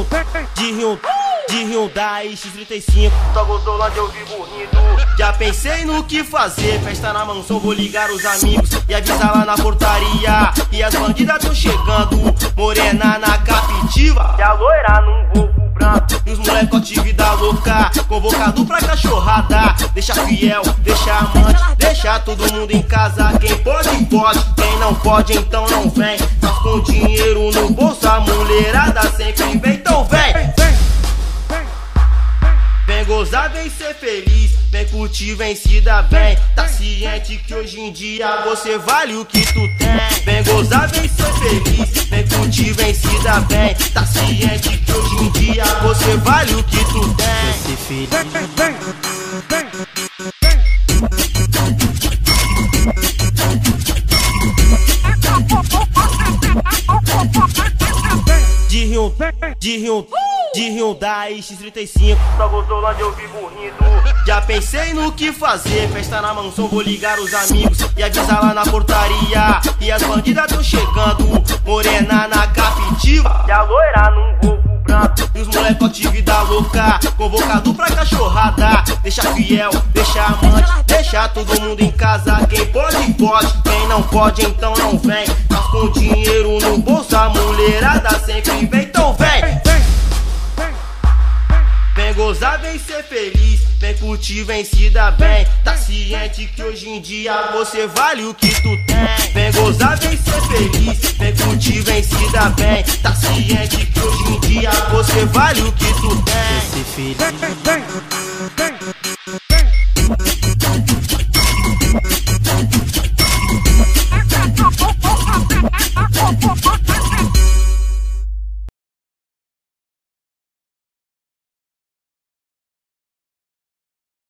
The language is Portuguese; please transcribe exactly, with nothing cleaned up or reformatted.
de Hyundai, de Hyundai X trinta e cinco. Só gostou lá de eu vivo rindo. Já pensei no que fazer, festa na mansão, vou ligar os amigos e avisar lá na portaria. E as bandidas tão chegando, morena na captiva e a loira num Volvo branco. E os molecote vida louca, convocado pra cachorrada. Deixa fiel, deixa amante, deixa todo mundo em casa. Quem pode, pode, quem não pode, então não vem. Mas com dinheiro no bolso, a mulherada sempre vem, então vem. Vem gozar, vem ser feliz, vem curtir, vem se dar bem. Tá ciente que hoje em dia você vale o que tu tem. Vem gozar, vem ser feliz, vem curtir, vem se dar bem. Tá ciente que hoje em dia você vale o que tu tem. Vem ser feliz. De Hyundai, de Hyundai, de Hyundai X trinta e cinco. Só gostou lá de eu vivo rindo. Já pensei no que fazer, festa na mansão, vou ligar os amigos e avisar lá na portaria. E as bandidas tão chegando, morena na captiva e a loira num Volvo branco. E os molecote vida louca, convocado pra cachorrada. Deixa fiel, deixa amante, deixa todo mundo em casa. Quem pode, pode, quem não pode, então não vem. Mas com dinheiro no bolso, a mulherada sempre vem, então vem. Vem gozar, vem ser feliz, vem curtir, vem se dar bem. Tá ciente que hoje em dia você vale o que tu tem. Vem gozar, vem ser feliz, vem curtir, vem se dar bem. Tá ciente que hoje em dia você vale o que tu tem. Vem ser feliz.